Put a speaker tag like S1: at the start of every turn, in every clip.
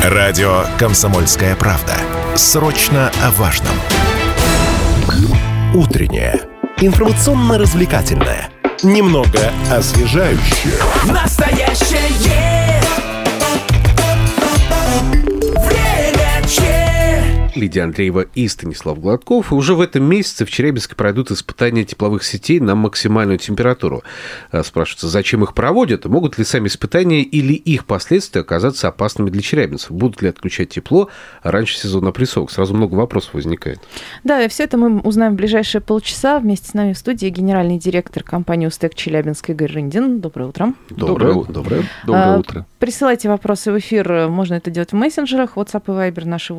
S1: Радио «Комсомольская правда». Срочно о важном. Утреннее. Информационно-развлекательное. Немного освежающее.
S2: Настоящее время че.
S3: Лидия Андреева и Станислав Гладков. И уже в этом месяце в Челябинске пройдут испытания тепловых сетей на максимальную температуру. Спрашивается, зачем их проводят? Могут ли сами испытания или их последствия оказаться опасными для челябинцев? Будут ли отключать тепло раньше сезона опрессовок? Сразу много вопросов возникает.
S4: Да, и все это мы узнаем в ближайшие полчаса. Вместе с нами в студии генеральный директор компании «Устек Челябинск» Игорь Рындин. Доброе утро.
S3: Доброе утро.
S4: Присылайте вопросы в эфир. Можно это делать в мессенджерах. WhatsApp и Viber наши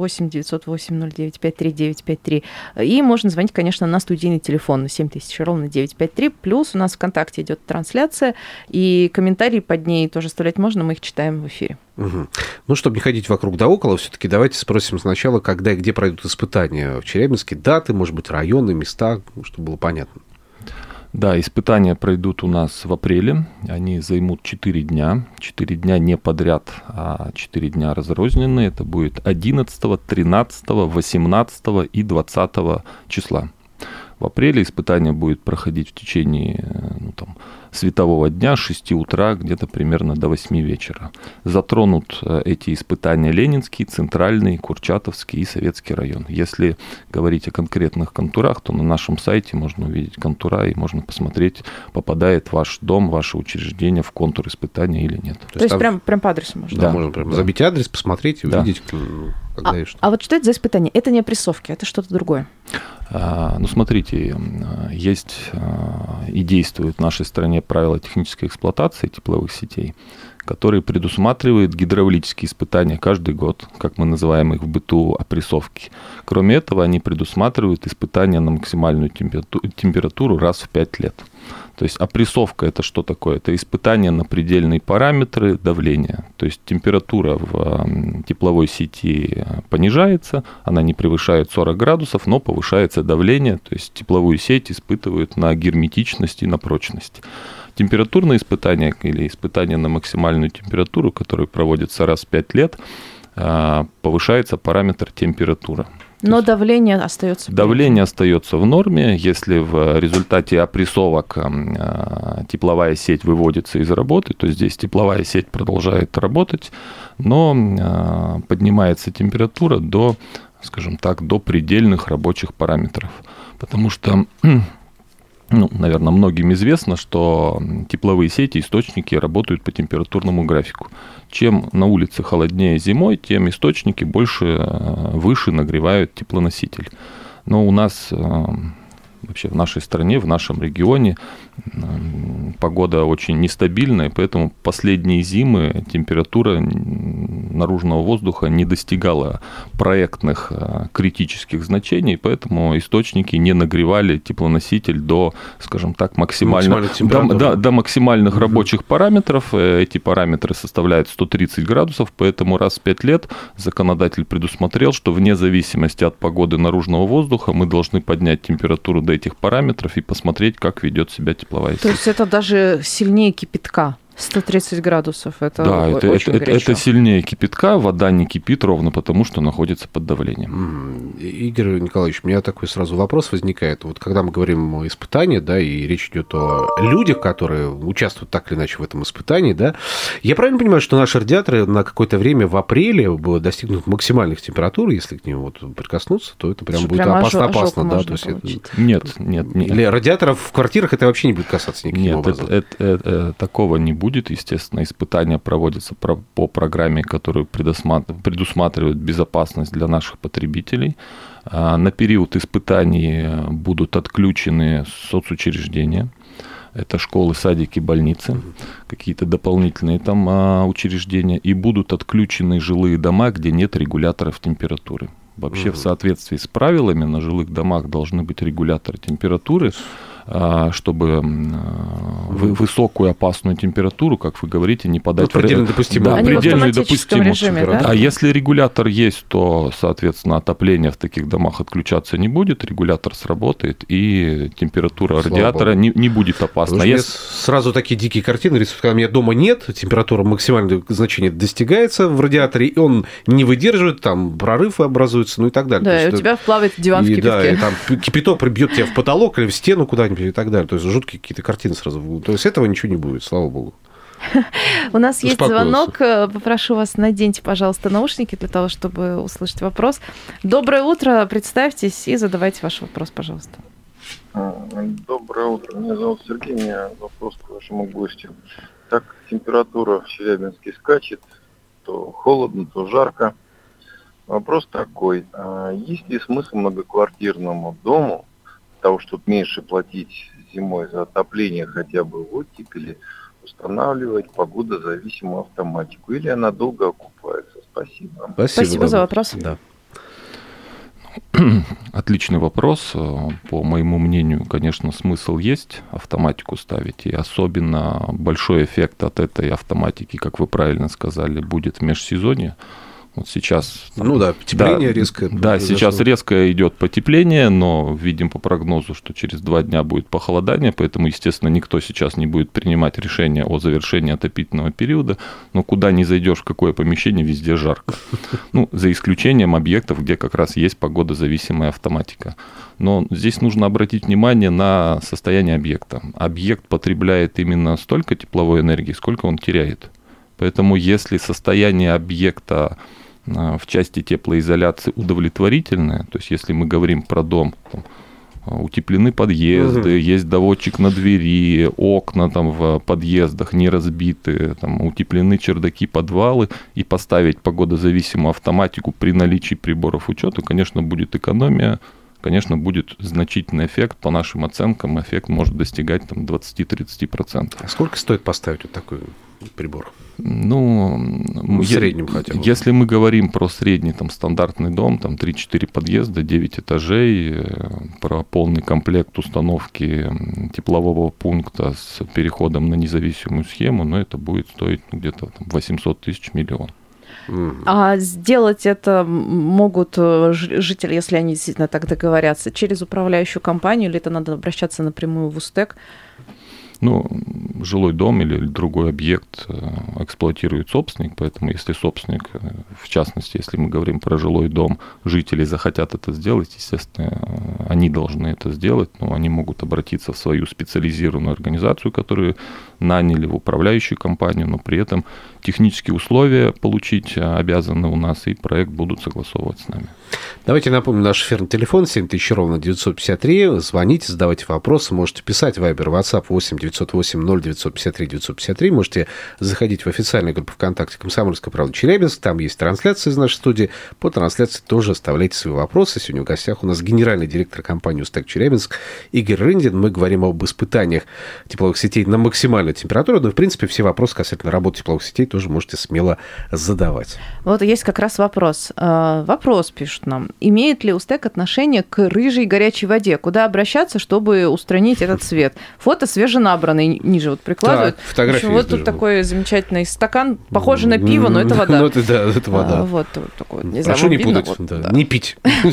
S4: 8-908-09-53-953. И можно звонить, конечно, на студийный телефон 7000 ровно 953. Плюс у нас ВКонтакте идет трансляция, и комментарии под ней тоже оставлять можно. Мы их читаем в эфире.
S3: Угу. Ну, чтобы не ходить вокруг да около, все-таки давайте спросим сначала, когда и где пройдут испытания в Челябинске, даты, может быть, районы, места, чтобы было понятно.
S5: Да, испытания пройдут у нас в апреле. Они займут 4 дня. 4 дня не подряд, а 4 дня разрозненные. Это будет 11, 13, 18 и 20 числа. В апреле испытание будет проходить в течение светового дня с 6 утра где-то примерно до 8 вечера. Затронут эти испытания Ленинский, Центральный, Курчатовский и Советский район. Если говорить о конкретных контурах, то на нашем сайте можно увидеть контура и можно посмотреть, попадает ваш дом, ваше учреждение в контур испытания или нет.
S4: То есть прям по адресу можно?
S3: Да, можно прям забить адрес, посмотреть и увидеть, когда и что.
S4: А вот что это за испытание? Это не опрессовки, это что-то другое?
S5: Смотрите, есть и действуют в нашей стране правила технической эксплуатации тепловых сетей, которые предусматривают гидравлические испытания каждый год, как мы называем их в быту опрессовки. Кроме этого, они предусматривают испытания на максимальную температуру раз в 5 лет. То есть опрессовка – это что такое? Это испытание на предельные параметры давления. То есть температура в тепловой сети понижается, она не превышает 40 градусов, но повышается давление. То есть тепловую сеть испытывают на герметичность и на прочность. Температурные испытания или испытания на максимальную температуру, которые проводятся раз в 5 лет, повышается параметр температура.
S4: Но давление остается.
S5: Давление остается в норме. Если в результате опрессовок тепловая сеть выводится из работы, то здесь тепловая сеть продолжает работать, но поднимается температура до, скажем так, до предельных рабочих параметров. Потому что, наверное, многим известно, что тепловые сети, источники работают по температурному графику. Чем на улице холоднее зимой, тем источники выше нагревают теплоноситель. Но у нас вообще в нашей стране, в нашем регионе погода очень нестабильная, поэтому последние зимы температура наружного воздуха не достигала проектных критических значений, поэтому источники не нагревали теплоноситель до, скажем так, до максимальных рабочих параметров. Эти параметры составляют 130 градусов, поэтому раз в 5 лет законодатель предусмотрел, что вне зависимости от погоды наружного воздуха мы должны поднять температуру до этих параметров и посмотреть, как ведет себя тепловая сеть.
S4: То есть это даже сильнее кипятка. 130 градусов, это очень горячо.
S5: Это сильнее кипятка, вода не кипит ровно потому, что находится под давлением.
S3: Игорь Николаевич, у меня такой сразу вопрос возникает. Вот когда мы говорим о испытании, да, и речь идет о людях, которые участвуют так или иначе в этом испытании, да, я правильно понимаю, что наши радиаторы на какое-то время в апреле достигнут максимальных температур, если к ним прикоснуться, то это прям будет опасно, да? То есть
S5: Нет.
S3: Или радиаторов в квартирах это вообще не будет касаться никаким образом?
S5: Нет, такого не будет. Естественно, испытания проводятся по программе, которую предусматривает безопасность для наших потребителей. На период испытаний будут отключены соцучреждения. Это школы, садики, больницы, какие-то дополнительные там учреждения. И будут отключены жилые дома, где нет регуляторов температуры. Вообще в соответствии с правилами на жилых домах должны быть регуляторы температуры. чтобы высокую опасную температуру, как вы говорите, не подать...
S3: Предельно допустимую.
S4: Они в автоматическом режиме, да?
S5: А если регулятор есть, то, соответственно, отопление в таких домах отключаться не будет, регулятор сработает, и температура радиатора не будет опасна.
S3: Сразу такие дикие картины рисуют, когда у меня дома нет, температура максимального значения достигается в радиаторе, и он не выдерживает, там прорывы образуются, ну и так далее.
S4: Да, и у тебя плавает диван в кипятке.
S3: Да, и там кипяток прибьет тебя в потолок или в стену куда-нибудь и так далее. То есть жуткие какие-то картины сразу. То есть этого ничего не будет, слава богу.
S4: У нас есть звонок. Попрошу вас, наденьте, пожалуйста, наушники для того, чтобы услышать вопрос. Доброе утро, представьтесь и задавайте ваш вопрос, пожалуйста.
S6: Доброе утро. Меня зовут Сергей. У меня вопрос к вашему гостю. Так температура в Челябинске скачет, то холодно, то жарко. Вопрос такой. Есть ли смысл многоквартирному дому, для того, чтобы меньше платить зимой за отопление хотя бы в оттепели, устанавливать погодозависимую автоматику? Или она долго окупается? Спасибо.
S4: Спасибо за вопрос.
S3: Да.
S5: Отличный вопрос. По моему мнению, конечно, смысл есть автоматику ставить. И особенно большой эффект от этой автоматики, как вы правильно сказали, будет в межсезонье. Вот сейчас...
S3: потепление резкое.
S5: Да, сейчас резко идет потепление, но видим по прогнозу, что через 2 дня будет похолодание, поэтому, естественно, никто сейчас не будет принимать решение о завершении отопительного периода, но куда ни зайдешь, в какое помещение, везде жарко. За исключением объектов, где как раз есть погодозависимая автоматика. Но здесь нужно обратить внимание на состояние объекта. Объект потребляет именно столько тепловой энергии, сколько он теряет. Поэтому если состояние объекта в части теплоизоляции удовлетворительное, то есть если мы говорим про дом, утеплены подъезды, есть доводчик на двери, окна там в подъездах не разбиты, там, утеплены чердаки, подвалы, и поставить погодозависимую автоматику при наличии приборов учета, конечно, будет экономия, конечно, будет значительный эффект. По нашим оценкам, эффект может достигать 20-30%.
S3: А сколько стоит поставить вот такой прибор?
S5: В
S3: среднем хотя бы.
S5: Если мы говорим про средний стандартный дом, 3-4 подъезда, 9 этажей, про полный комплект установки теплового пункта с переходом на независимую схему, это будет стоить где-то 800 тысяч, миллион.
S4: А сделать это могут жители, если они действительно так договорятся, через управляющую компанию, или это надо обращаться напрямую в УСТЭК?
S5: Жилой дом или другой объект эксплуатирует собственник, поэтому если собственник, в частности, если мы говорим про жилой дом, жители захотят это сделать, естественно, они должны это сделать, но они могут обратиться в свою специализированную организацию, которую наняли, в управляющую компанию, но при этом технические условия получить обязаны у нас, и проект будут согласовывать с нами.
S3: Давайте напомню наш эфирный телефон 7000 ровно 953. Звоните, задавайте вопросы, можете писать в Viber, WhatsApp 8 908 0953 953. Можете заходить в официальную группу ВКонтакте «Комсомольская правда Челябинск». Там есть трансляция из нашей студии. По трансляции тоже оставляйте свои вопросы. Сегодня в гостях у нас генеральный директор компании «УСТЭК Челябинск» Игорь Рындин. Мы говорим об испытаниях тепловых сетей на максимальную температуру. Но, в принципе, все вопросы касательно работы тепловых сетей тоже можете смело задавать.
S4: Вот есть как раз вопрос. Вопрос пишут нам. Имеет ли УСТЭК отношение к рыжей горячей воде? Куда обращаться, чтобы устранить этот цвет? Фото свеженабранный ниже прикладывают.
S3: Так, фотографии.
S4: Вот тут такой замечательный стакан, похоже на пиво, но это вода.
S3: Это вода.
S4: Вот такой.
S3: Прошу не путать. Не пить.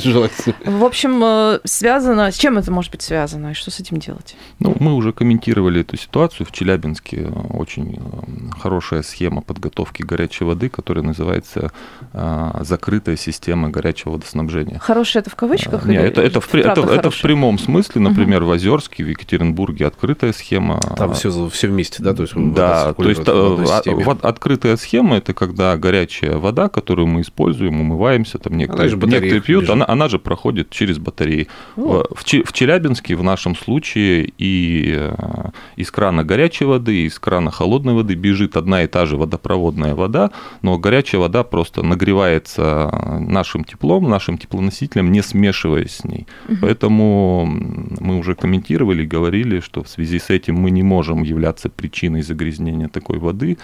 S4: В общем, связано... С чем это может быть связано? И что с этим делать?
S5: Мы уже комментировали эту ситуацию. В Челябинске очень хорошая схема подготовки горячей воды, которая называется закрытая система горячего водоснабжения.
S4: Хорошая это в кавычках?
S5: Нет, это в прямом смысле. Например, в Озерске, в Екатеринбурге открытая схема.
S3: Там все вместе, да?
S5: То есть открытая схема — это когда горячая вода, которую мы используем, умываемся, там некоторые пьют, она же проходит через батареи. В Челябинске в нашем случае и из крана горячей воды, и из крана холодной воды бежит одна и та же водопроводная вода, но горячая вода просто нагревается нашим теплом, нашим теплоносителем, не смешиваясь с ней. Поэтому мы уже комментировали и говорили, что в связи с этим мы не можем являться причиной загрязнения такой воды.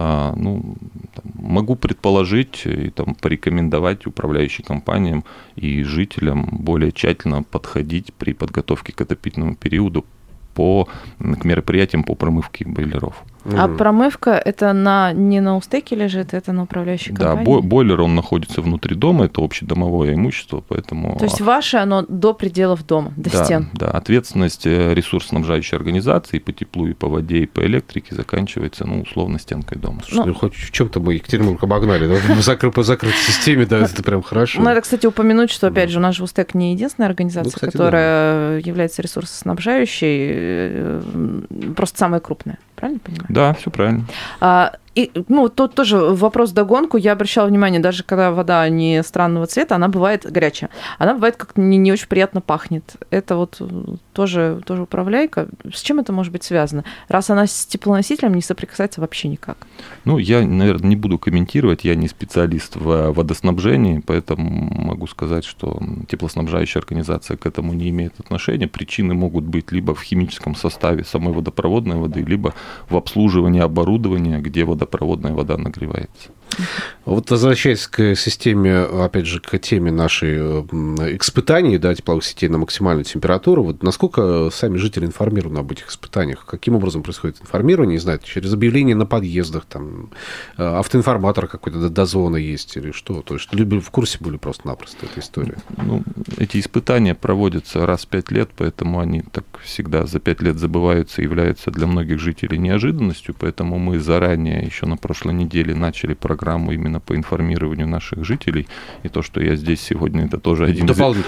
S5: Могу предположить и порекомендовать управляющим компаниям и жителям более тщательно подходить при подготовке к отопительному периоду к мероприятиям по промывке бойлеров.
S4: А промывка это не на устеке лежит, это на управляющей компании?
S5: Да, бойлер, он находится внутри дома, это общедомовое имущество, поэтому...
S4: То есть ваше, оно до пределов дома, до стен?
S5: Да, ответственность ресурсоснабжающей организации по теплу и по воде и по электрике заканчивается, условно, стенкой дома.
S3: Слушай, хоть в чем-то мы Екатеринбург обогнали, по закрытой системе, да, это прям хорошо.
S4: Надо, кстати, упомянуть, что, опять же, у нас же устек не единственная организация, которая является ресурсоснабжающей, просто самая крупная. Правильно понимаю?
S5: Да, все правильно.
S4: И, тут тоже вопрос вдогонку. Я обращала внимание, даже когда вода не странного цвета, она бывает горячая. Она бывает как-то не очень приятно пахнет. Это вот тоже управляйка. С чем это может быть связано? Раз она с теплоносителем не соприкасается вообще никак.
S5: Я, наверное, не буду комментировать. Я не специалист в водоснабжении, поэтому могу сказать, что теплоснабжающая организация к этому не имеет отношения. Причины могут быть либо в химическом составе самой водопроводной воды, либо в обслуживании оборудования, где водопроводная вода нагревается.
S3: Вот возвращаясь к системе, опять же, к теме нашей испытаний, да, тепловых сетей на максимальную температуру, вот насколько сами жители информированы об этих испытаниях? Каким образом происходит информирование? Не знаю, через объявления на подъездах, там, автоинформатор какой-то до зоны есть или что? То есть люди в курсе были просто-напросто этой истории?
S5: Эти испытания проводятся раз в 5 лет, поэтому они так всегда за 5 лет забываются и являются для многих жителей неожиданностью, поэтому мы заранее, еще на прошлой неделе, начали программу именно по информированию наших жителей. И то, что я здесь сегодня, это тоже один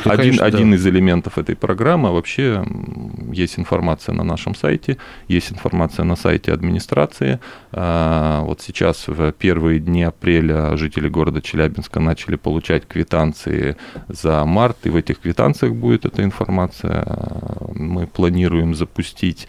S5: из элементов этой программы. А вообще есть информация на нашем сайте, есть информация на сайте администрации. Вот сейчас в первые дни апреля жители города Челябинска начали получать квитанции за март, и в этих квитанциях будет эта информация. Мы планируем запустить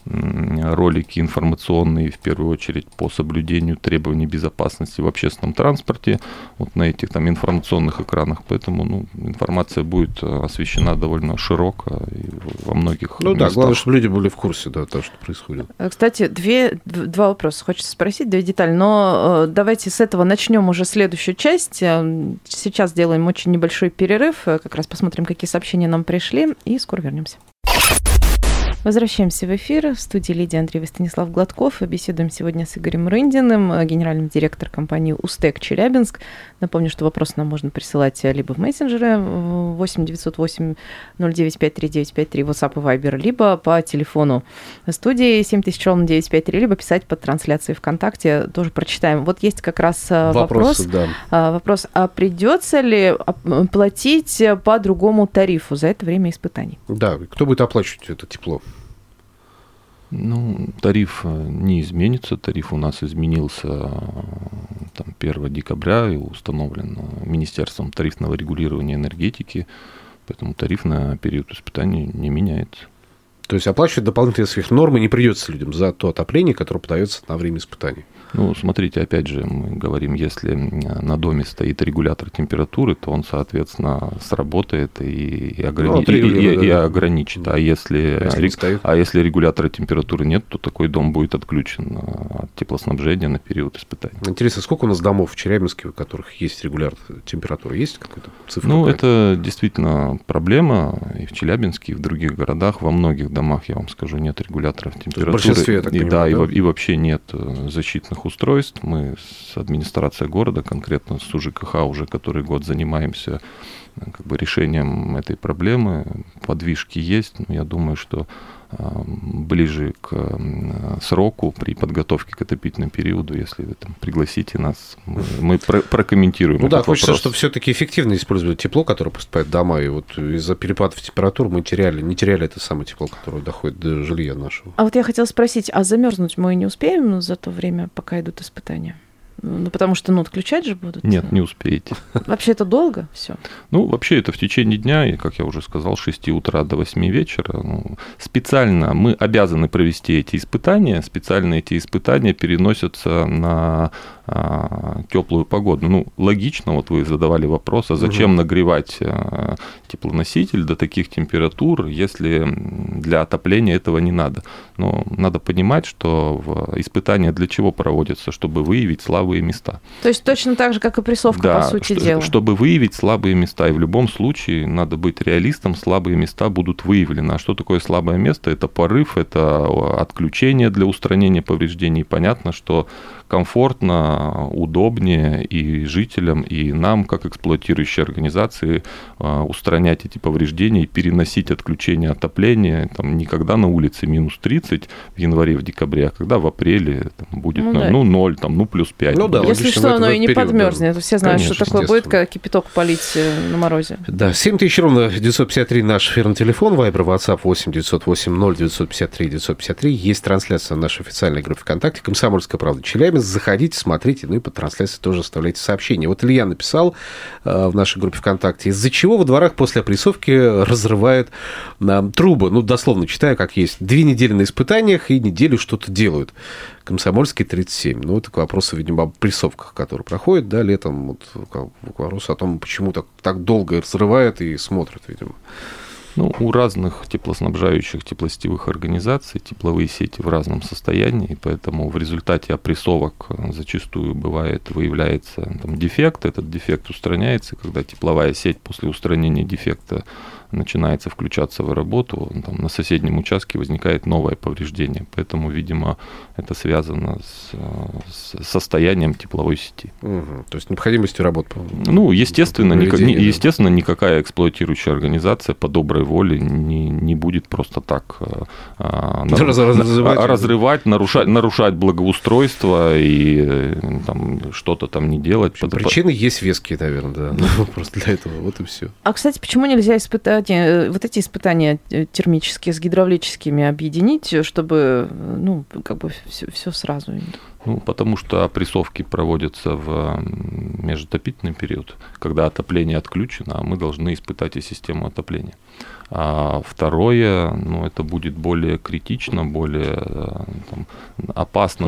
S5: ролики информационные, в первую очередь, по соблюдению требований безопасности в общественном транспорте, вот на этих там информационных экранах, поэтому информация будет освещена довольно широко и во многих местах.
S3: Да, главное, чтобы люди были в курсе, да, того, что происходит.
S4: Кстати, два вопроса хочется спросить, 2 детали, но давайте с этого начнем уже следующую часть. Сейчас сделаем очень небольшой перерыв, как раз посмотрим, какие сообщения нам пришли, и скоро вернемся. Возвращаемся в эфир. В студии Лидия Андреева и Станислав Гладков. Беседуем сегодня с Игорем Рындиным, генеральным директором компании «Устек Челябинск». Напомню, что вопросы нам можно присылать либо в мессенджеры 8 908 095 3953, WhatsApp и Viber, либо по телефону студии 7000-953, либо писать под трансляцией ВКонтакте. Тоже прочитаем. Вот есть как раз вопрос. Вопрос, а придется ли платить по другому тарифу за это время испытаний?
S3: Да, кто будет оплачивать это тепло?
S5: Тариф не изменится. Тариф у нас изменился 1 декабря и установлен Министерством тарифного регулирования энергетики, поэтому тариф на период испытаний не меняется.
S3: То есть оплачивать дополнительные сверхнормы не придется людям за то отопление, которое подается на время испытаний?
S5: Смотрите, опять же, мы говорим, если на доме стоит регулятор температуры, то он, соответственно, сработает и ограничит. А если регулятора температуры нет, то такой дом будет отключен от теплоснабжения на период испытаний.
S3: Интересно, сколько у нас домов в Челябинске, у которых есть регулятор температуры? Есть какая-то цифра?
S5: Это действительно проблема и в Челябинске, и в других городах. Во многих домах, я вам скажу, нет регуляторов температуры. В большинстве, я так понимаю, и вообще нет защитных устройств. Мы с администрацией города, конкретно с УЖКХ, уже который год занимаемся решением этой проблемы. Подвижки есть, но я думаю, что ближе к сроку при подготовке к отопительному периоду, если вы пригласите нас, мы прокомментируем этот вопрос.
S3: Хочется, чтобы все-таки эффективно использовать тепло, которое поступает в дома, и вот из-за перепадов температур мы не теряли это самое тепло, которое доходит до жилья нашего.
S4: А вот я хотела спросить, а замерзнуть мы не успеем за то время, пока идут испытания? Потому что, отключать же будут.
S5: Нет, не успеете.
S4: Вообще это долго все?
S5: Вообще это в течение дня, и, как я уже сказал, с 6 утра до 8 вечера. Специально мы обязаны провести эти испытания. Специально эти испытания переносятся на теплую погоду. Логично, вот вы задавали вопрос, а зачем нагревать теплоноситель до таких температур, если для отопления этого не надо. Но надо понимать, что испытания для чего проводятся? Чтобы выявить слабые слабые места.
S4: То есть точно так же, как и прессовка, по сути дела.
S5: Чтобы выявить слабые места. И в любом случае надо быть реалистом, слабые места будут выявлены. А что такое слабое место? Это порыв, это отключение для устранения повреждений. Понятно, что комфортно, удобнее и жителям, и нам, как эксплуатирующей организации, устранять эти повреждения и переносить отключение отопления там, не когда на улице минус 30 в январе, в декабре, а когда в апреле там, будет 0, там, плюс 5.
S3: Ну, да,
S4: если что, оно и не подмерзнет.
S3: Да.
S4: Все знают, конечно, что такое будет, когда кипяток полить на морозе.
S3: Да, 7000 ровно 953 наш эфирный телефон, Вайбер, WhatsApp 8 908 0 953 953. Есть трансляция в нашей официальной группе ВКонтакте «Комсомольская правда» Челябинск. Заходите, смотрите, ну и по трансляции тоже оставляйте сообщения. Вот Илья написал в нашей группе ВКонтакте, из-за чего во дворах после опрессовки разрывают трубы. Ну, дословно читаю, как есть. 2 недели на испытаниях и неделю что-то делают. Комсомольский 37. Ну, это к вопросу, видимо, об опрессовках, которые проходят, да, летом. Вот, к вопросу о том, почему так долго разрывают и смотрят, видимо.
S5: Ну, у разных теплоснабжающих, теплосетевых организаций тепловые сети в разном состоянии, поэтому в результате опрессовок зачастую выявляется там, дефект. Этот дефект устраняется, когда тепловая сеть после устранения дефекта начинается включаться в работу, там, на соседнем участке возникает новое повреждение. Поэтому, видимо, это связано с состоянием тепловой сети.
S3: Угу. То есть необходимостью работы.
S5: Ну, естественно, никакая эксплуатирующая организация по доброй воле не будет просто так разрывать, нарушать благоустройство и там, что-то там не делать.
S3: Причины есть веские, наверное, да. Просто для этого вот и все.
S4: А, кстати, почему нельзя испытать вот эти испытания термические с гидравлическими объединить, чтобы, ну, как бы все сразу?
S5: Ну, потому что опрессовки проводятся в межотопительный период, когда отопление отключено, а мы должны испытать и систему отопления. А второе, ну, это будет более критично, более там, опасно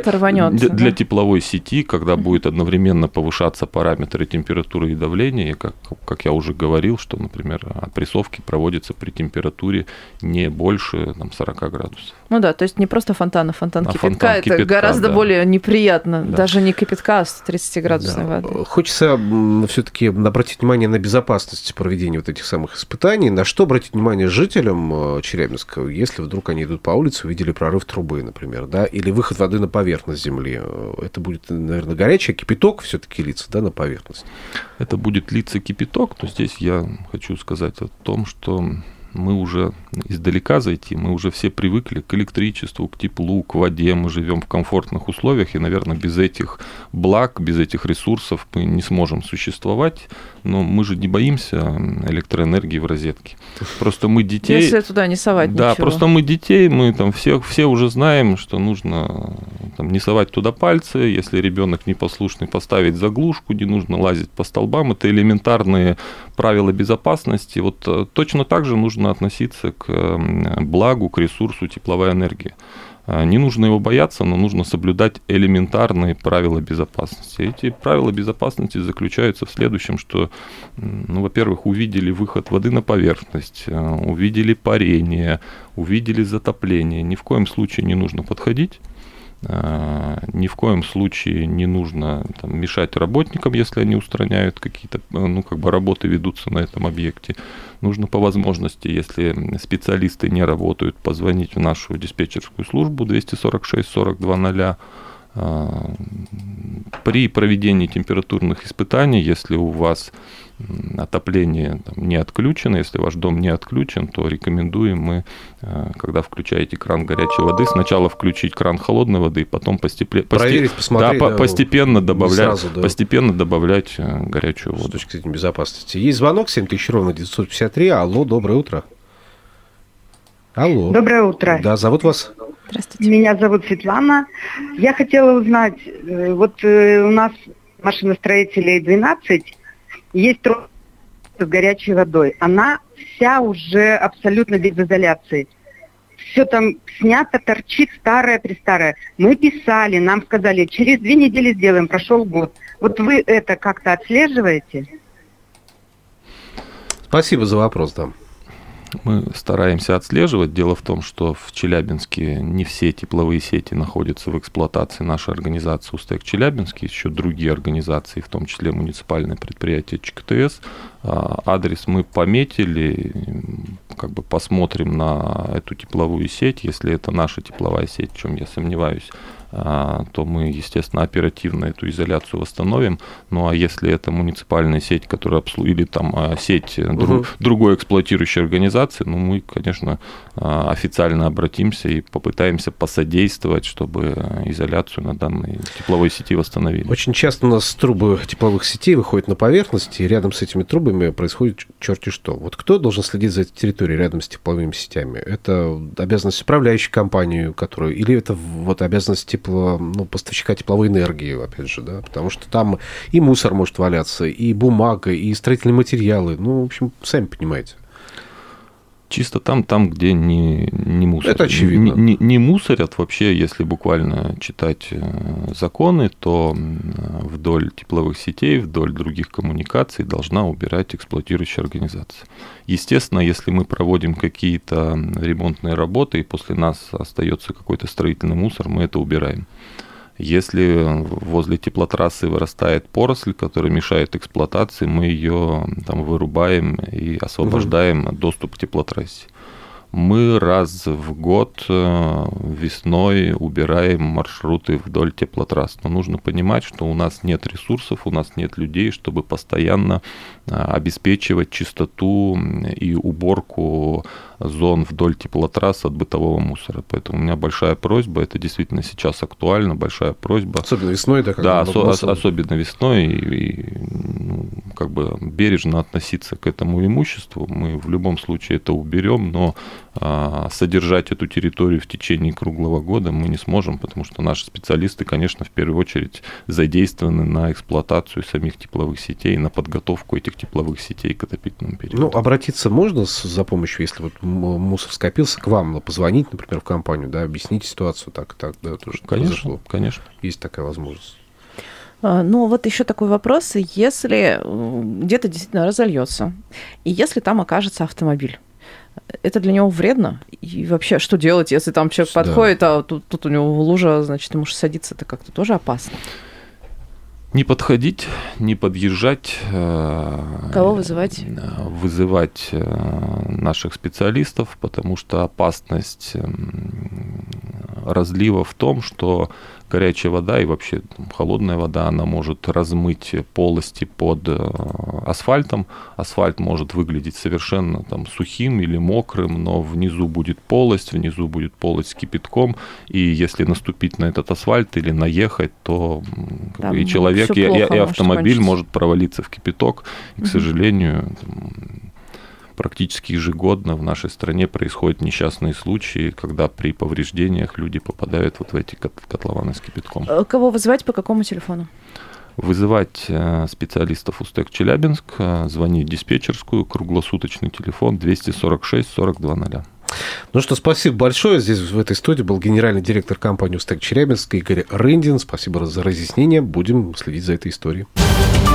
S5: для тепловой сети, когда будет одновременно повышаться параметры температуры и давления. И как я уже говорил, что, например, опрессовки проводятся при температуре не больше там, 40 градусов.
S4: Ну да, то есть не просто фонтан кипятка, это гораздо более неприятно, даже не кипятка, а 30-градусной воды.
S3: Хочется все-таки обратить внимание на безопасность проведения вот этих самых испытаний. На что обратить внимание жителям Челябинска, если вдруг они идут по улице, увидели прорыв трубы, например, да, или выход воды на поверхность земли? Это будет, наверное, горячий кипяток все-таки литься, да, на поверхность?
S5: Это будет литься кипяток, но здесь я хочу сказать о том, что мы уже издалека зайти, мы уже все привыкли к электричеству, к теплу, к воде, мы живем в комфортных условиях, и, наверное, без этих благ, без этих ресурсов мы не сможем существовать, но мы же не боимся электроэнергии в розетке. Просто мы детей...
S4: Если туда не совать
S5: да,
S4: ничего.
S5: Просто мы детей, мы там все уже знаем, что нужно там, не совать туда пальцы, если ребенок непослушный, поставить заглушку, не нужно лазить по столбам, это элементарные правила безопасности. Вот точно так же нужно относиться к благу, к ресурсу тепловая энергия. Не нужно его бояться, но нужно соблюдать элементарные правила безопасности. Эти правила безопасности заключаются в следующем, что, ну, во-первых, увидели выход воды на поверхность, увидели парение, увидели затопление. Ни в коем случае не нужно подходить. Ни в коем случае не нужно там, мешать работникам, если они устраняют какие-то, ну, как бы работы ведутся на этом объекте. Нужно по возможности, если специалисты не работают, позвонить в нашу диспетчерскую службу 246 42 0. При проведении температурных испытаний, если у вас отопление там, не отключено, если ваш дом не отключен, то рекомендуем мы, когда включаете кран горячей воды, сначала включить кран холодной воды, потом постепенно добавлять горячую воду.
S3: С точки зрения безопасности. Есть звонок 7000 ровно 953. Алло, доброе утро. Алло.
S7: Доброе утро.
S3: Да, зовут вас?
S4: Здравствуйте.
S7: Меня зовут Светлана. Я хотела узнать, вот у нас машиностроителей 12, есть труба с горячей водой. Она вся уже абсолютно без изоляции. Все там снято, торчит, старое-престарое. Мы писали, нам сказали, через 2 недели сделаем, прошел год. Вот вы это как-то отслеживаете?
S3: Спасибо за вопрос, да.
S5: Мы стараемся отслеживать. Дело в том, что в Челябинске не все тепловые сети находятся в эксплуатации нашей организации «Устек Челябинск», есть еще другие организации, в том числе муниципальное предприятие ЧКТС. Адрес мы пометили, как бы посмотрим на эту тепловую сеть. Если это наша тепловая сеть, в чем я сомневаюсь, то мы, естественно, оперативно эту изоляцию восстановим. Ну, а если это муниципальная сеть, которая или там сеть другой эксплуатирующей организации, ну, мы, конечно, официально обратимся и попытаемся посодействовать, чтобы изоляцию на данной тепловой сети восстановили.
S3: Очень часто у нас трубы тепловых сетей выходят на поверхность, и рядом с этими трубами происходит черти что. Вот кто должен следить за этой территорией рядом с тепловыми сетями? Это обязанность управляющей компании, которую, или это вот обязанность поставщика тепловой энергии, опять же, да, потому что там и мусор может валяться, и бумага, и строительные материалы, ну, в общем, сами понимаете.
S5: Чисто там, где не мусорят.
S3: Это очевидно.
S5: Не мусорят вообще, если буквально читать законы, то вдоль тепловых сетей, вдоль других коммуникаций должна убирать эксплуатирующая организация. Естественно, если мы проводим какие-то ремонтные работы, и после нас остается какой-то строительный мусор, мы это убираем. Если возле теплотрассы вырастает поросль, которая мешает эксплуатации, мы ее там вырубаем и освобождаем доступ к теплотрассе. Мы раз в год весной убираем маршруты вдоль теплотрасс. Но нужно понимать, что у нас нет ресурсов, у нас нет людей, чтобы постоянно обеспечивать чистоту и уборку зон вдоль теплотрасс от бытового мусора. Поэтому у меня большая просьба, это действительно сейчас актуально, большая просьба.
S3: Особенно весной, да?
S5: Да, особенно весной, и как бы бережно относиться к этому имуществу. Мы в любом случае это уберем, но содержать эту территорию в течение круглого года мы не сможем, потому что наши специалисты, конечно, в первую очередь задействованы на эксплуатацию самих тепловых сетей, на подготовку этих тепловых сетей к отопительному периоду.
S3: Ну, обратиться можно за помощью, если вот мусор скопился, к вам, позвонить, например, в компанию, да, объяснить ситуацию так и так, да, то, что произошло.
S5: Конечно.
S3: Есть такая возможность.
S4: Ну, вот еще такой вопрос, если где-то действительно разольется, и если там окажется автомобиль, это для него вредно? И вообще, что делать, если там человек подходит, а тут у него лужа, значит, ему же садиться, это как-то тоже опасно?
S5: Не подходить, не подъезжать.
S4: Кого вызывать?
S5: Вызывать наших специалистов, потому что опасность разлива в том, что горячая вода и вообще холодная вода, она может размыть полости под асфальтом. Асфальт может выглядеть совершенно там сухим или мокрым, но внизу будет полость с кипятком, и если наступить на этот асфальт или наехать, то и человек, и автомобиль может провалиться в кипяток. И, к сожалению, практически ежегодно в нашей стране происходят несчастные случаи, когда при повреждениях люди попадают вот в эти котлованы с кипятком.
S4: Кого вызывать, по какому телефону?
S5: Вызывать специалистов УСТЭК Челябинск, звонить в диспетчерскую, круглосуточный телефон 246 4200.
S3: Ну что, спасибо большое. Здесь в этой студии был генеральный директор компании «УСТЭК Челябинск» Игорь Рындин. Спасибо за разъяснение. Будем следить за этой историей.